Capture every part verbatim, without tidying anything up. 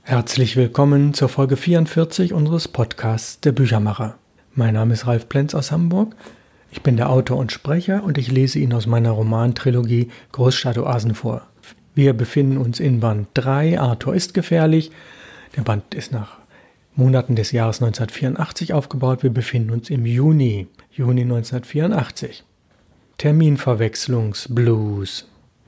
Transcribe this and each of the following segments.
Herzlich willkommen zur Folge vierundvierzig unseres Podcasts Der Büchermacher. Mein Name ist Ralf Plenz aus Hamburg. Ich bin der Autor und Sprecher und ich lese Ihnen aus meiner Romantrilogie Großstadtoasen vor. Wir befinden uns in Band drei, Arthur ist gefährlich. Der Band ist nach Monaten des Jahres neunzehnhundertvierundachtzig aufgebaut. Wir befinden uns im Juni, Juni neunzehnhundertvierundachtzig. Terminverwechslungsblues.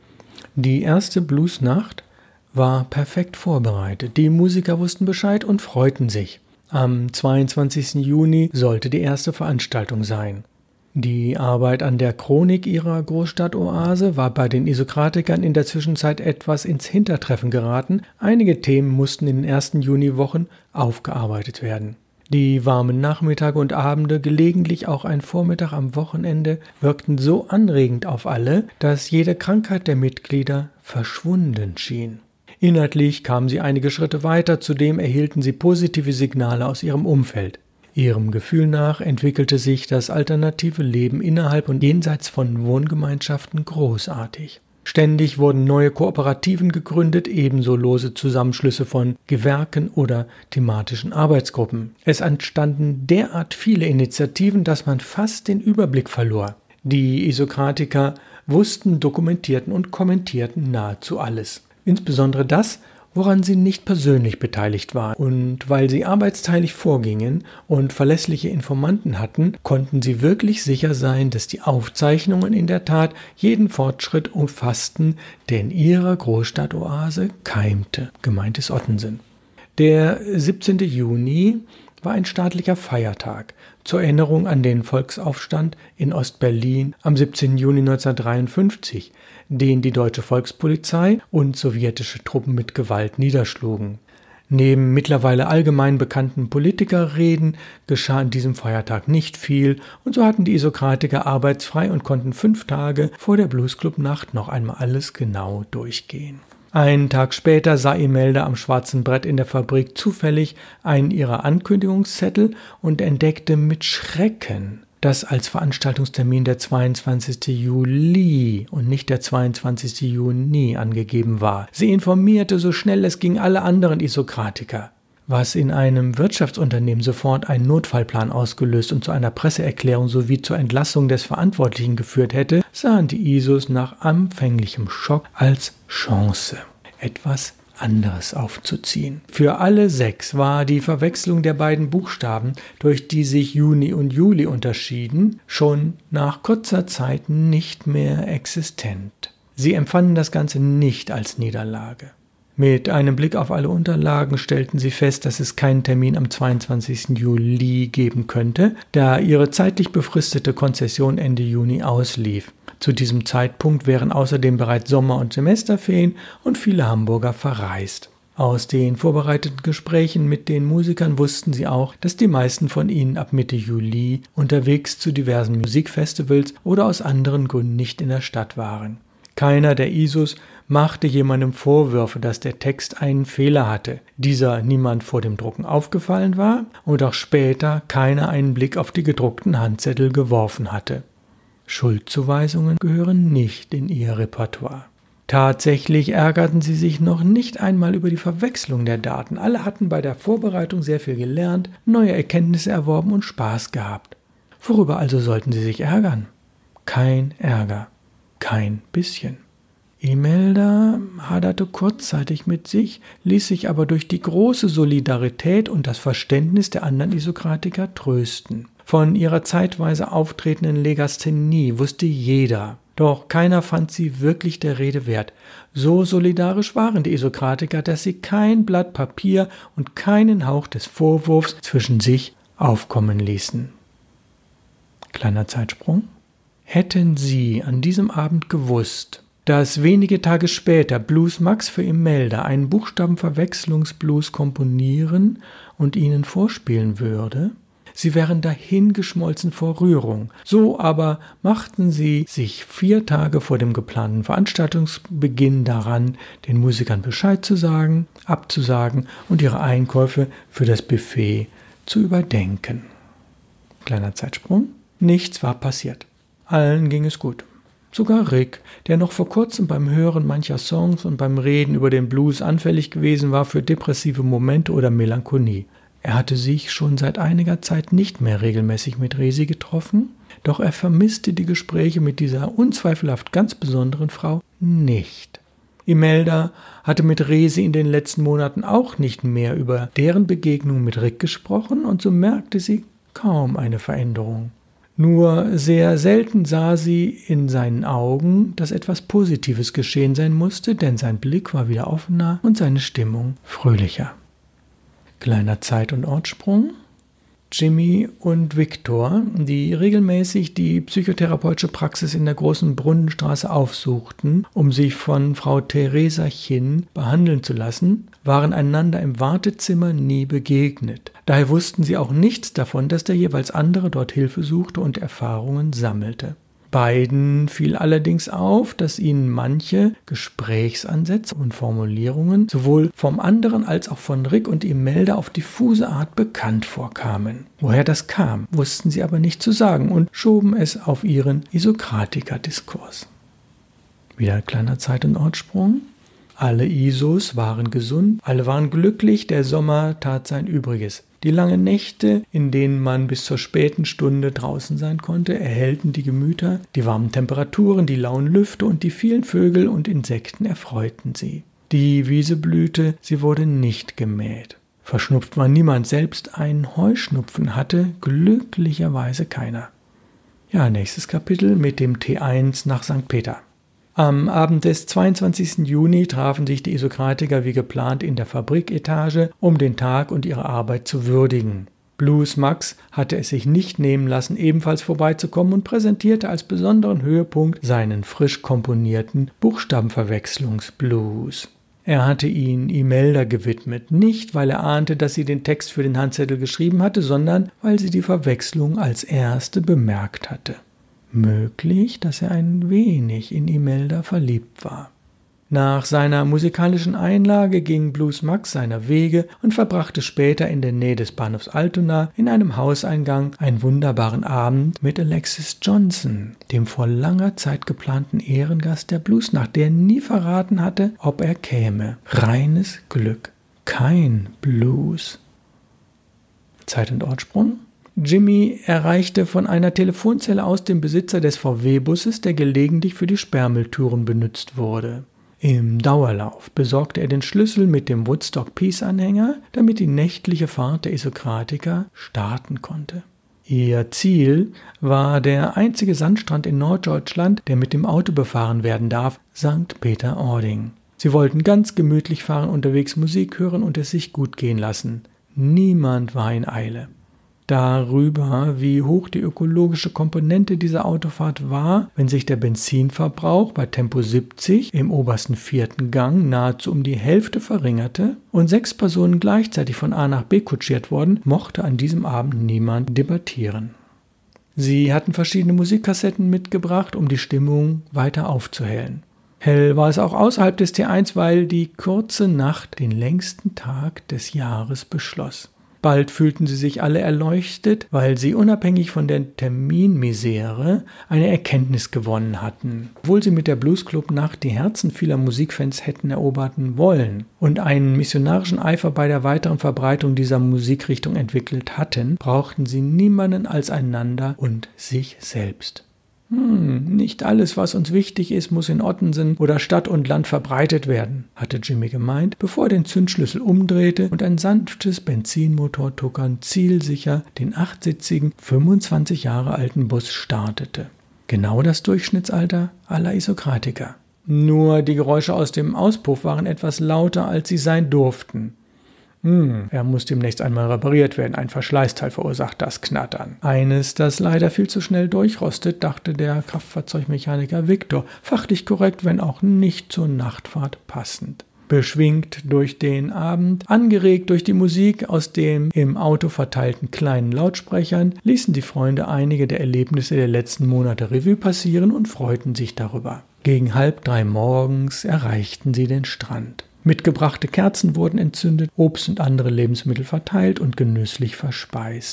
Die erste Bluesnacht war perfekt vorbereitet. Die Musiker wussten Bescheid und freuten sich. Am zweiundzwanzigsten Juni sollte die erste Veranstaltung sein. Die Arbeit an der Chronik ihrer Großstadtoase war bei den Isokratikern in der Zwischenzeit etwas ins Hintertreffen geraten. Einige Themen mussten in den ersten Juniwochen aufgearbeitet werden. Die warmen Nachmittage und Abende, gelegentlich auch ein Vormittag am Wochenende, wirkten so anregend auf alle, dass jede Krankheit der Mitglieder verschwunden schien. Inhaltlich kamen sie einige Schritte weiter, zudem erhielten sie positive Signale aus ihrem Umfeld. Ihrem Gefühl nach entwickelte sich das alternative Leben innerhalb und jenseits von Wohngemeinschaften großartig. Ständig wurden neue Kooperativen gegründet, ebenso lose Zusammenschlüsse von Gewerken oder thematischen Arbeitsgruppen. Es entstanden derart viele Initiativen, dass man fast den Überblick verlor. Die Isokratiker wussten, dokumentierten und kommentierten nahezu alles. Insbesondere das, woran sie nicht persönlich beteiligt waren. Und weil sie arbeitsteilig vorgingen und verlässliche Informanten hatten, konnten sie wirklich sicher sein, dass die Aufzeichnungen in der Tat jeden Fortschritt umfassten, der in ihrer Großstadtoase keimte. Gemeint ist Ottensen. Der siebzehnten Juni war ein staatlicher Feiertag zur Erinnerung an den Volksaufstand in Ostberlin am siebzehnten Juni neunzehnhundertdreiundfünfzig, den die deutsche Volkspolizei und sowjetische Truppen mit Gewalt niederschlugen. Neben mittlerweile allgemein bekannten Politikerreden geschah an diesem Feiertag nicht viel und so hatten die Isokratiker arbeitsfrei und konnten fünf Tage vor der Bluesclub-Nacht noch einmal alles genau durchgehen. Einen Tag später sah Imelda am schwarzen Brett in der Fabrik zufällig einen ihrer Ankündigungszettel und entdeckte mit Schrecken, dass als Veranstaltungstermin der zweiundzwanzigsten Juli und nicht der zweiundzwanzigsten Juni angegeben war. Sie informierte so schnell es ging alle anderen Isokratiker. Was in einem Wirtschaftsunternehmen sofort einen Notfallplan ausgelöst und zu einer Presseerklärung sowie zur Entlassung des Verantwortlichen geführt hätte, sahen die Isos nach anfänglichem Schock als Chance, etwas anderes aufzuziehen. Für alle sechs war die Verwechslung der beiden Buchstaben, durch die sich Juni und Juli unterschieden, schon nach kurzer Zeit nicht mehr existent. Sie empfanden das Ganze nicht als Niederlage. Mit einem Blick auf alle Unterlagen stellten sie fest, dass es keinen Termin am zweiundzwanzigsten Juli geben könnte, da ihre zeitlich befristete Konzession Ende Juni auslief. Zu diesem Zeitpunkt wären außerdem bereits Sommer- und Semesterferien und viele Hamburger verreist. Aus den vorbereiteten Gesprächen mit den Musikern wussten sie auch, dass die meisten von ihnen ab Mitte Juli unterwegs zu diversen Musikfestivals oder aus anderen Gründen nicht in der Stadt waren. Keiner der Isos machte jemandem Vorwürfe, dass der Text einen Fehler hatte, dieser niemand vor dem Drucken aufgefallen war und auch später keiner einen Blick auf die gedruckten Handzettel geworfen hatte. Schuldzuweisungen gehören nicht in ihr Repertoire. Tatsächlich ärgerten sie sich noch nicht einmal über die Verwechslung der Daten. Alle hatten bei der Vorbereitung sehr viel gelernt, neue Erkenntnisse erworben und Spaß gehabt. Worüber also sollten sie sich ärgern? Kein Ärger. Kein bisschen. Imelda haderte kurzzeitig mit sich, ließ sich aber durch die große Solidarität und das Verständnis der anderen Isokratiker trösten. Von ihrer zeitweise auftretenden Legasthenie wusste jeder, doch keiner fand sie wirklich der Rede wert. So solidarisch waren die Isokratiker, dass sie kein Blatt Papier und keinen Hauch des Vorwurfs zwischen sich aufkommen ließen. Kleiner Zeitsprung. Hätten sie an diesem Abend gewusst, dass wenige Tage später Blues Max für Imelda einen Buchstabenverwechslungsblues komponieren und ihnen vorspielen würde, sie wären dahingeschmolzen vor Rührung. So aber machten sie sich vier Tage vor dem geplanten Veranstaltungsbeginn daran, den Musikern Bescheid zu sagen, abzusagen und ihre Einkäufe für das Buffet zu überdenken. Kleiner Zeitsprung. Nichts war passiert. Allen ging es gut. Sogar Rick, der noch vor kurzem beim Hören mancher Songs und beim Reden über den Blues anfällig gewesen war für depressive Momente oder Melancholie. Er hatte sich schon seit einiger Zeit nicht mehr regelmäßig mit Resi getroffen, doch er vermisste die Gespräche mit dieser unzweifelhaft ganz besonderen Frau nicht. Imelda hatte mit Resi in den letzten Monaten auch nicht mehr über deren Begegnung mit Rick gesprochen und so merkte sie kaum eine Veränderung. Nur sehr selten sah sie in seinen Augen, dass etwas Positives geschehen sein musste, denn sein Blick war wieder offener und seine Stimmung fröhlicher. Kleiner Zeit- und Ortssprung. Jimmy und Victor, die regelmäßig die psychotherapeutische Praxis in der Großen Brunnenstraße aufsuchten, um sich von Frau Theresa Chin behandeln zu lassen, waren einander im Wartezimmer nie begegnet. Daher wussten sie auch nichts davon, dass der jeweils andere dort Hilfe suchte und Erfahrungen sammelte. Beiden fiel allerdings auf, dass ihnen manche Gesprächsansätze und Formulierungen sowohl vom anderen als auch von Rick und Imelda auf diffuse Art bekannt vorkamen. Woher das kam, wussten sie aber nicht zu sagen und schoben es auf ihren Isokratiker-Diskurs. Wieder ein kleiner Zeit- und Ortssprung. Alle I S Os waren gesund, alle waren glücklich, der Sommer tat sein Übriges. Die langen Nächte, in denen man bis zur späten Stunde draußen sein konnte, erhellten die Gemüter, die warmen Temperaturen, die lauen Lüfte und die vielen Vögel und Insekten erfreuten sie. Die Wiese blühte, sie wurde nicht gemäht. Verschnupft war niemand, selbst einen Heuschnupfen hatte glücklicherweise keiner. Ja, nächstes Kapitel mit dem T eins nach Sankt Peter. Am Abend des zweiundzwanzigsten Juni trafen sich die Isokratiker wie geplant in der Fabriketage, um den Tag und ihre Arbeit zu würdigen. Blues Max hatte es sich nicht nehmen lassen, ebenfalls vorbeizukommen und präsentierte als besonderen Höhepunkt seinen frisch komponierten Buchstabenverwechslungsblues. Er hatte ihn Imelda gewidmet, nicht weil er ahnte, dass sie den Text für den Handzettel geschrieben hatte, sondern weil sie die Verwechslung als erste bemerkt hatte. Möglich, dass er ein wenig in Imelda verliebt war. Nach seiner musikalischen Einlage ging Blues Max seiner Wege und verbrachte später in der Nähe des Bahnhofs Altona in einem Hauseingang einen wunderbaren Abend mit Alexis Johnson, dem vor langer Zeit geplanten Ehrengast der Bluesnacht, der nie verraten hatte, ob er käme. Reines Glück, kein Blues. Zeit- und Ortssprung. Jimmy erreichte von einer Telefonzelle aus den Besitzer des V W-Busses, der gelegentlich für die Sperrmülltouren benutzt wurde. Im Dauerlauf besorgte er den Schlüssel mit dem Woodstock Peace-Anhänger, damit die nächtliche Fahrt der Isokratiker starten konnte. Ihr Ziel war der einzige Sandstrand in Norddeutschland, der mit dem Auto befahren werden darf, Sankt Peter-Ording. Sie wollten ganz gemütlich fahren, unterwegs Musik hören und es sich gut gehen lassen. Niemand war in Eile. Darüber, wie hoch die ökologische Komponente dieser Autofahrt war, wenn sich der Benzinverbrauch bei Tempo siebzig im obersten vierten Gang nahezu um die Hälfte verringerte und sechs Personen gleichzeitig von A nach B kutschiert wurden, mochte an diesem Abend niemand debattieren. Sie hatten verschiedene Musikkassetten mitgebracht, um die Stimmung weiter aufzuhellen. Hell war es auch außerhalb des T eins, weil die kurze Nacht den längsten Tag des Jahres beschloss. Bald fühlten sie sich alle erleuchtet, weil sie unabhängig von der Terminmisere eine Erkenntnis gewonnen hatten. Obwohl sie mit der Bluesclub-Nacht die Herzen vieler Musikfans hätten erobern wollen und einen missionarischen Eifer bei der weiteren Verbreitung dieser Musikrichtung entwickelt hatten, brauchten sie niemanden als einander und sich selbst. Hm, nicht alles, was uns wichtig ist, muss in Ottensen oder Stadt und Land verbreitet werden, hatte Jimmy gemeint, bevor er den Zündschlüssel umdrehte und ein sanftes Benzinmotortuckern zielsicher den achtsitzigen, fünfundzwanzig Jahre alten Bus startete. Genau das Durchschnittsalter aller Isokratiker. Nur die Geräusche aus dem Auspuff waren etwas lauter, als sie sein durften. Hm, er muss demnächst einmal repariert werden. Ein Verschleißteil verursacht das Knattern. Eines, das leider viel zu schnell durchrostet, dachte der Kraftfahrzeugmechaniker Victor. Fachlich korrekt, wenn auch nicht zur Nachtfahrt passend. Beschwingt durch den Abend, angeregt durch die Musik aus den im Auto verteilten kleinen Lautsprechern, ließen die Freunde einige der Erlebnisse der letzten Monate Revue passieren und freuten sich darüber. Gegen halb drei morgens erreichten sie den Strand. Mitgebrachte Kerzen wurden entzündet, Obst und andere Lebensmittel verteilt und genüsslich verspeist.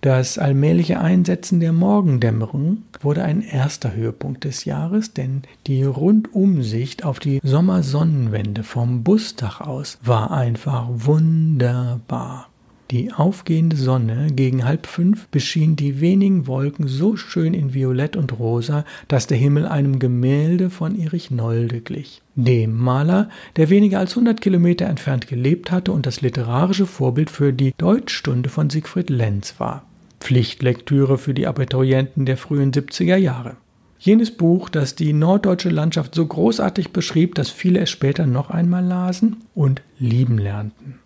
Das allmähliche Einsetzen der Morgendämmerung wurde ein erster Höhepunkt des Jahres, denn die Rundumsicht auf die Sommersonnenwende vom Busdach aus war einfach wunderbar. Die aufgehende Sonne gegen halb fünf beschien die wenigen Wolken so schön in Violett und Rosa, dass der Himmel einem Gemälde von Erich Nolde glich, dem Maler, der weniger als hundert Kilometer entfernt gelebt hatte und das literarische Vorbild für die Deutschstunde von Siegfried Lenz war. Pflichtlektüre für die Abiturienten der frühen siebziger Jahre. Jenes Buch, das die norddeutsche Landschaft so großartig beschrieb, dass viele es später noch einmal lasen und lieben lernten.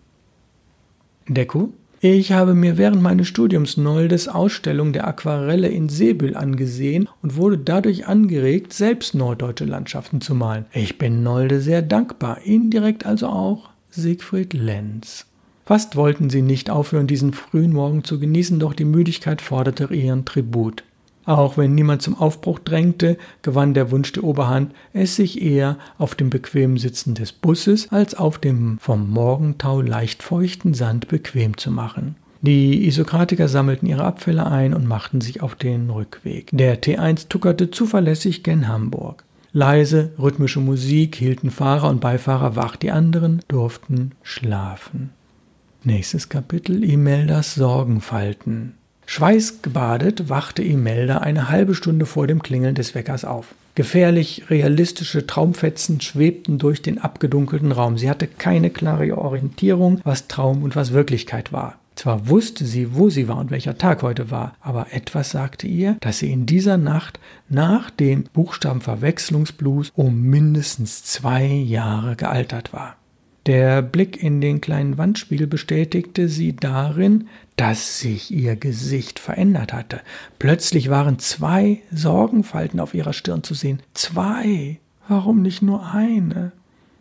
Deko: Ich habe mir während meines Studiums Noldes Ausstellung der Aquarelle in Seebühl angesehen und wurde dadurch angeregt, selbst norddeutsche Landschaften zu malen. Ich bin Nolde sehr dankbar, indirekt also auch Siegfried Lenz. Fast wollten sie nicht aufhören, diesen frühen Morgen zu genießen, doch die Müdigkeit forderte ihren Tribut. Auch wenn niemand zum Aufbruch drängte, gewann der Wunsch die Oberhand, es sich eher auf dem bequemen Sitzen des Busses als auf dem vom Morgentau leicht feuchten Sand bequem zu machen. Die Isokratiker sammelten ihre Abfälle ein und machten sich auf den Rückweg. Der T eins tuckerte zuverlässig gen Hamburg. Leise, rhythmische Musik hielten Fahrer und Beifahrer wach, die anderen durften schlafen. Nächstes Kapitel: Imeldas Sorgenfalten. Schweißgebadet wachte Imelda eine halbe Stunde vor dem Klingeln des Weckers auf. Gefährlich realistische Traumfetzen schwebten durch den abgedunkelten Raum. Sie hatte keine klare Orientierung, was Traum und was Wirklichkeit war. Zwar wusste sie, wo sie war und welcher Tag heute war, aber etwas sagte ihr, dass sie in dieser Nacht nach dem Buchstabenverwechslungsblues um mindestens zwei Jahre gealtert war. Der Blick in den kleinen Wandspiegel bestätigte sie darin, dass sich ihr Gesicht verändert hatte. Plötzlich waren zwei Sorgenfalten auf ihrer Stirn zu sehen. Zwei! Warum nicht nur eine?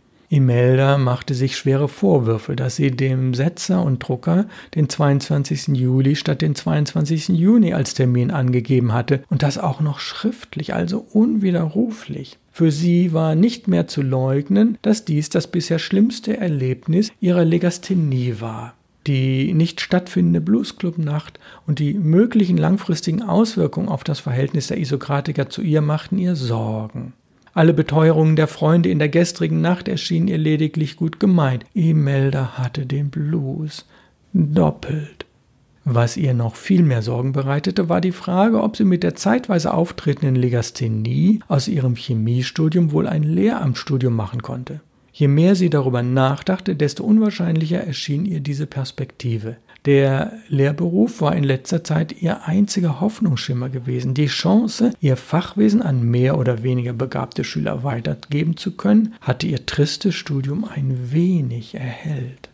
Imelda machte sich schwere Vorwürfe, dass sie dem Setzer und Drucker den zweiundzwanzigsten Juli statt den zweiundzwanzigsten Juni als Termin angegeben hatte und das auch noch schriftlich, also unwiderruflich. Für sie war nicht mehr zu leugnen, dass dies das bisher schlimmste Erlebnis ihrer Legasthenie war. Die nicht stattfindende Bluesclub-Nacht und die möglichen langfristigen Auswirkungen auf das Verhältnis der Isokratiker zu ihr machten ihr Sorgen. Alle Beteuerungen der Freunde in der gestrigen Nacht erschienen ihr lediglich gut gemeint. Imelda hatte den Blues. Doppelt. Was ihr noch viel mehr Sorgen bereitete, war die Frage, ob sie mit der zeitweise auftretenden Legasthenie aus ihrem Chemiestudium wohl ein Lehramtsstudium machen konnte. Je mehr sie darüber nachdachte, desto unwahrscheinlicher erschien ihr diese Perspektive. Der Lehrberuf war in letzter Zeit ihr einziger Hoffnungsschimmer gewesen. Die Chance, ihr Fachwissen an mehr oder weniger begabte Schüler weitergeben zu können, hatte ihr tristes Studium ein wenig erhellt.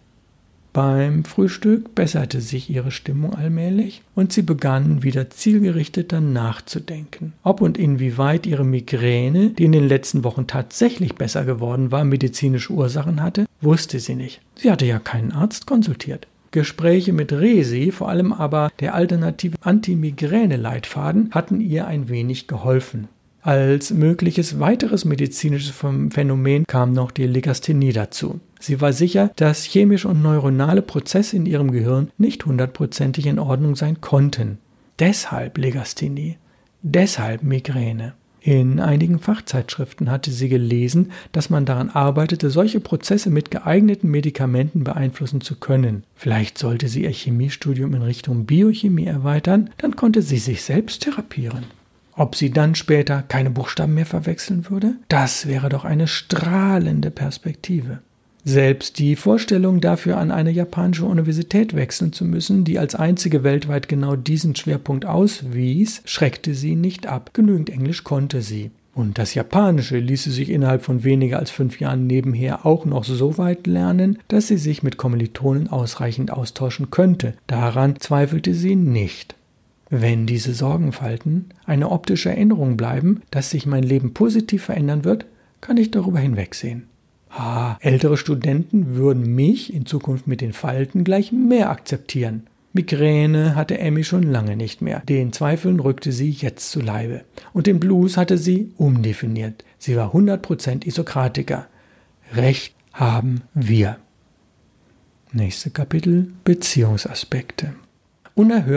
Beim Frühstück besserte sich ihre Stimmung allmählich und sie begann wieder zielgerichteter nachzudenken. Ob und inwieweit ihre Migräne, die in den letzten Wochen tatsächlich besser geworden war, medizinische Ursachen hatte, wusste sie nicht. Sie hatte ja keinen Arzt konsultiert. Gespräche mit Resi, vor allem aber der alternative Anti-Migräne-Leitfaden, hatten ihr ein wenig geholfen. Als mögliches weiteres medizinisches Phänomen kam noch die Legasthenie dazu. Sie war sicher, dass chemische und neuronale Prozesse in ihrem Gehirn nicht hundertprozentig in Ordnung sein konnten. Deshalb Legasthenie, deshalb Migräne. In einigen Fachzeitschriften hatte sie gelesen, dass man daran arbeitete, solche Prozesse mit geeigneten Medikamenten beeinflussen zu können. Vielleicht sollte sie ihr Chemiestudium in Richtung Biochemie erweitern, dann konnte sie sich selbst therapieren. Ob sie dann später keine Buchstaben mehr verwechseln würde? Das wäre doch eine strahlende Perspektive. Selbst die Vorstellung dafür, an eine japanische Universität wechseln zu müssen, die als einzige weltweit genau diesen Schwerpunkt auswies, schreckte sie nicht ab. Genügend Englisch konnte sie. Und das Japanische ließe sich innerhalb von weniger als fünf Jahren nebenher auch noch so weit lernen, dass sie sich mit Kommilitonen ausreichend austauschen könnte. Daran zweifelte sie nicht. Wenn diese Sorgenfalten eine optische Erinnerung bleiben, dass sich mein Leben positiv verändern wird, kann ich darüber hinwegsehen. Ah, ältere Studenten würden mich in Zukunft mit den Falten gleich mehr akzeptieren. Migräne hatte Emmy schon lange nicht mehr. Den Zweifeln rückte sie jetzt zu Leibe. Und den Blues hatte sie umdefiniert. Sie war hundert Prozent Isokratiker. Recht haben wir. Nächste Kapitel: Beziehungsaspekte. Unerhört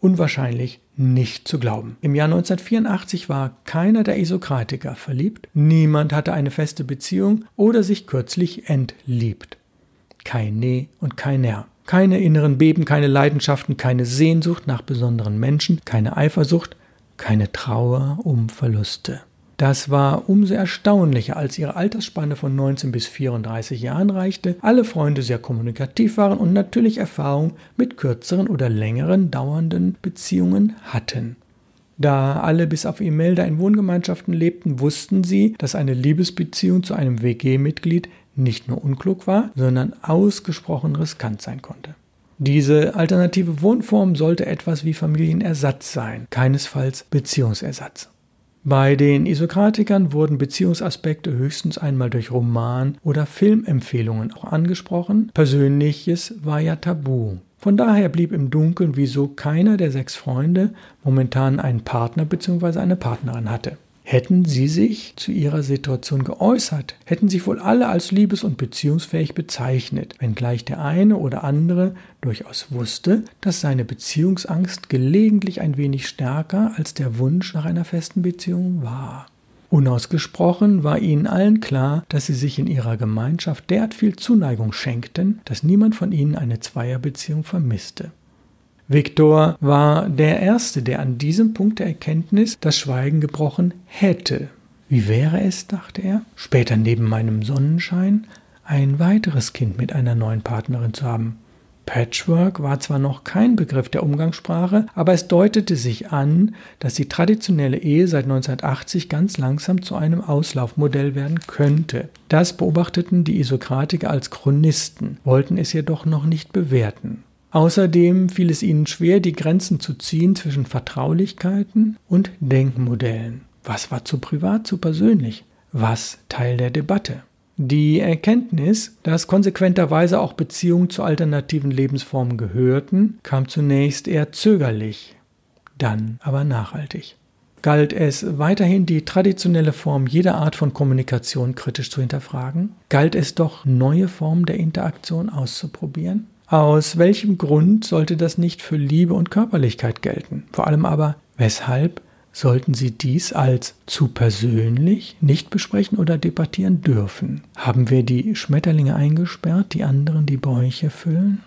unwahrscheinlich nicht zu glauben. Im Jahr neunzehnhundertvierundachtzig war keiner der Isokratiker verliebt, niemand hatte eine feste Beziehung oder sich kürzlich entliebt. Kein Ne und kein Ner. Keine inneren Beben, keine Leidenschaften, keine Sehnsucht nach besonderen Menschen, keine Eifersucht, keine Trauer um Verluste. Das war umso erstaunlicher, als ihre Altersspanne von neunzehn bis vierunddreißig Jahren reichte, alle Freunde sehr kommunikativ waren und natürlich Erfahrung mit kürzeren oder längeren dauernden Beziehungen hatten. Da alle bis auf Imelda in Wohngemeinschaften lebten, wussten sie, dass eine Liebesbeziehung zu einem W G-Mitglied nicht nur unklug war, sondern ausgesprochen riskant sein konnte. Diese alternative Wohnform sollte etwas wie Familienersatz sein, keinesfalls Beziehungsersatz. Bei den Isokratikern wurden Beziehungsaspekte höchstens einmal durch Roman- oder Filmempfehlungen auch angesprochen. Persönliches war ja tabu. Von daher blieb im Dunkeln, wieso keiner der sechs Freunde momentan einen Partner bzw. eine Partnerin hatte. Hätten sie sich zu ihrer Situation geäußert, hätten sich wohl alle als liebes- und beziehungsfähig bezeichnet, wenngleich der eine oder andere durchaus wusste, dass seine Beziehungsangst gelegentlich ein wenig stärker als der Wunsch nach einer festen Beziehung war. Unausgesprochen war ihnen allen klar, dass sie sich in ihrer Gemeinschaft derart viel Zuneigung schenkten, dass niemand von ihnen eine Zweierbeziehung vermisste. Viktor war der Erste, der an diesem Punkt der Erkenntnis das Schweigen gebrochen hätte. Wie wäre es, dachte er, später neben meinem Sonnenschein ein weiteres Kind mit einer neuen Partnerin zu haben. Patchwork war zwar noch kein Begriff der Umgangssprache, aber es deutete sich an, dass die traditionelle Ehe seit neunzehnhundertachtzig ganz langsam zu einem Auslaufmodell werden könnte. Das beobachteten die Isokratiker als Chronisten, wollten es jedoch noch nicht bewerten. Außerdem fiel es ihnen schwer, die Grenzen zu ziehen zwischen Vertraulichkeiten und Denkmodellen. Was war zu privat, zu persönlich? Was Teil der Debatte? Die Erkenntnis, dass konsequenterweise auch Beziehungen zu alternativen Lebensformen gehörten, kam zunächst eher zögerlich, dann aber nachhaltig. Galt es weiterhin, die traditionelle Form jeder Art von Kommunikation kritisch zu hinterfragen? Galt es doch, neue Formen der Interaktion auszuprobieren? Aus welchem Grund sollte das nicht für Liebe und Körperlichkeit gelten? Vor allem aber, weshalb sollten Sie dies als zu persönlich nicht besprechen oder debattieren dürfen? Haben wir die Schmetterlinge eingesperrt, die anderen die Bäuche füllen?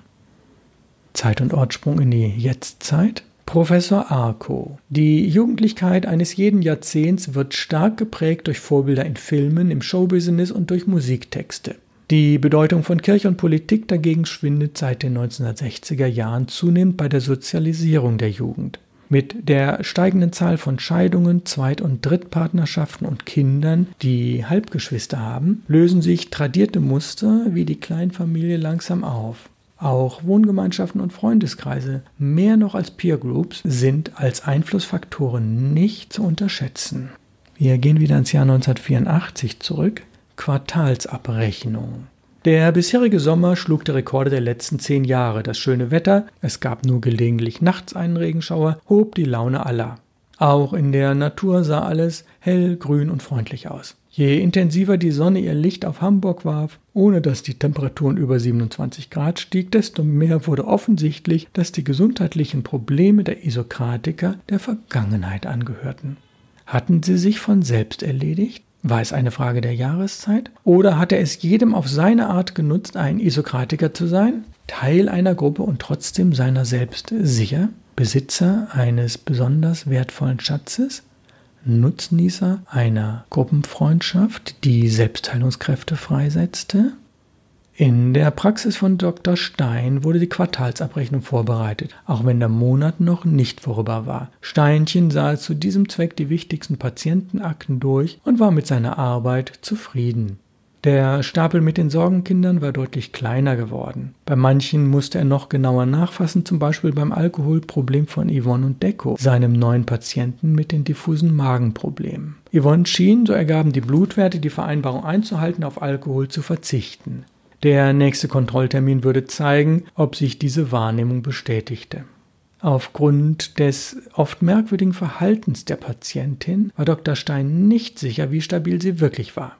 Zeit- und Ortsprung in die Jetztzeit. Professor Arco. Die Jugendlichkeit eines jeden Jahrzehnts wird stark geprägt durch Vorbilder in Filmen, im Showbusiness und durch Musiktexte. Die Bedeutung von Kirche und Politik dagegen schwindet seit den neunzehnhundertsechziger Jahren zunehmend bei der Sozialisierung der Jugend. Mit der steigenden Zahl von Scheidungen, Zweit- und Drittpartnerschaften und Kindern, die Halbgeschwister haben, lösen sich tradierte Muster wie die Kleinfamilie langsam auf. Auch Wohngemeinschaften und Freundeskreise, mehr noch als Peergroups, sind als Einflussfaktoren nicht zu unterschätzen. Wir gehen wieder ins Jahr neunzehnhundertvierundachtzig zurück. Quartalsabrechnung. Der bisherige Sommer schlug die Rekorde der letzten zehn Jahre. Das schöne Wetter, es gab nur gelegentlich nachts einen Regenschauer, hob die Laune aller. Auch in der Natur sah alles hell, grün und freundlich aus. Je intensiver die Sonne ihr Licht auf Hamburg warf, ohne dass die Temperaturen über siebenundzwanzig Grad stieg, desto mehr wurde offensichtlich, dass die gesundheitlichen Probleme der Isokratiker der Vergangenheit angehörten. Hatten sie sich von selbst erledigt? War es eine Frage der Jahreszeit? Oder hatte es jedem auf seine Art genutzt, ein Isokratiker zu sein? Teil einer Gruppe und trotzdem seiner selbst sicher? Besitzer eines besonders wertvollen Schatzes? Nutznießer einer Gruppenfreundschaft, die Selbstheilungskräfte freisetzte? In der Praxis von Doktor Stein wurde die Quartalsabrechnung vorbereitet, auch wenn der Monat noch nicht vorüber war. Steinchen sah zu diesem Zweck die wichtigsten Patientenakten durch und war mit seiner Arbeit zufrieden. Der Stapel mit den Sorgenkindern war deutlich kleiner geworden. Bei manchen musste er noch genauer nachfassen, zum Beispiel beim Alkoholproblem von Yvonne und Decco, seinem neuen Patienten mit den diffusen Magenproblemen. Yvonne schien, so ergaben die Blutwerte, die Vereinbarung einzuhalten, auf Alkohol zu verzichten. Der nächste Kontrolltermin würde zeigen, ob sich diese Wahrnehmung bestätigte. Aufgrund des oft merkwürdigen Verhaltens der Patientin war Doktor Stein nicht sicher, wie stabil sie wirklich war.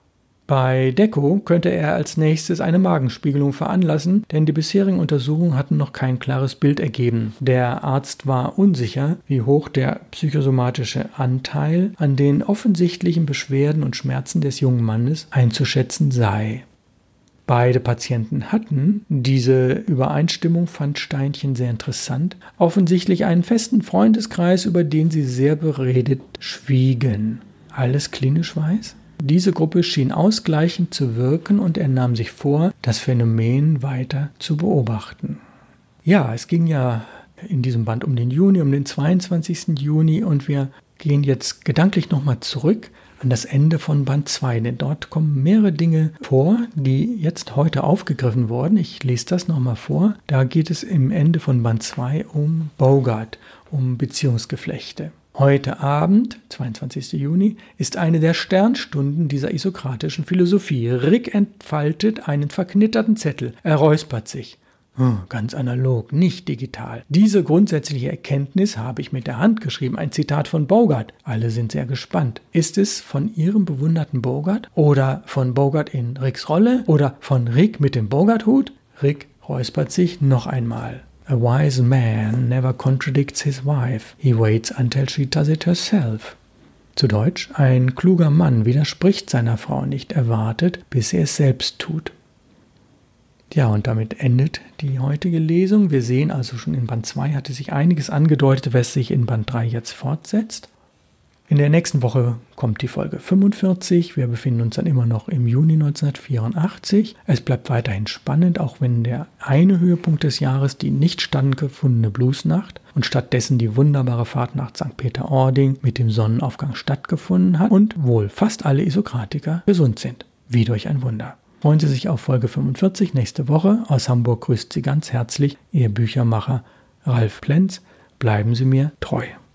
Bei Dekko könnte er als nächstes eine Magenspiegelung veranlassen, denn die bisherigen Untersuchungen hatten noch kein klares Bild ergeben. Der Arzt war unsicher, wie hoch der psychosomatische Anteil an den offensichtlichen Beschwerden und Schmerzen des jungen Mannes einzuschätzen sei. Beide Patienten hatten, diese Übereinstimmung fand Steinchen sehr interessant, offensichtlich einen festen Freundeskreis, über den sie sehr beredet schwiegen. Alles klinisch weiß? Diese Gruppe schien ausgleichend zu wirken und er nahm sich vor, das Phänomen weiter zu beobachten. Ja, es ging ja in diesem Band um den Juni, um den zweiundzwanzigsten Juni und wir gehen jetzt gedanklich nochmal zurück an das Ende von Band zwei, denn dort kommen mehrere Dinge vor, die jetzt heute aufgegriffen wurden. Ich lese das nochmal vor. Da geht es im Ende von Band zwei um Bogart, um Beziehungsgeflechte. Heute Abend, zweiundzwanzigsten Juni, ist eine der Sternstunden dieser isokratischen Philosophie. Rick entfaltet einen verknitterten Zettel. Er räuspert sich. Hm, ganz analog, nicht digital. Diese grundsätzliche Erkenntnis habe ich mit der Hand geschrieben. Ein Zitat von Bogart. Alle sind sehr gespannt. Ist es von Ihrem bewunderten Bogart? Oder von Bogart in Ricks Rolle? Oder von Rick mit dem Bogart-Hut? Rick räuspert sich noch einmal. A wise man never contradicts his wife. He waits until she does it herself. Zu Deutsch, ein kluger Mann widerspricht seiner Frau nicht, er wartet, bis er es selbst tut. Ja, und damit endet die heutige Lesung. Wir sehen also schon in Band zwei hatte sich einiges angedeutet, was sich in Band drei jetzt fortsetzt. In der nächsten Woche kommt die Folge fünfundvierzig. Wir befinden uns dann immer noch im Juni neunzehnhundertvierundachtzig. Es bleibt weiterhin spannend, auch wenn der eine Höhepunkt des Jahres die nicht stattgefundene Bluesnacht und stattdessen die wunderbare Fahrt nach Sankt Peter-Ording mit dem Sonnenaufgang stattgefunden hat und wohl fast alle Isokratiker gesund sind. Wie durch ein Wunder. Freuen Sie sich auf Folge fünfundvierzig nächste Woche. Aus Hamburg grüßt Sie ganz herzlich Ihr Büchermacher Ralf Plenz. Bleiben Sie mir treu.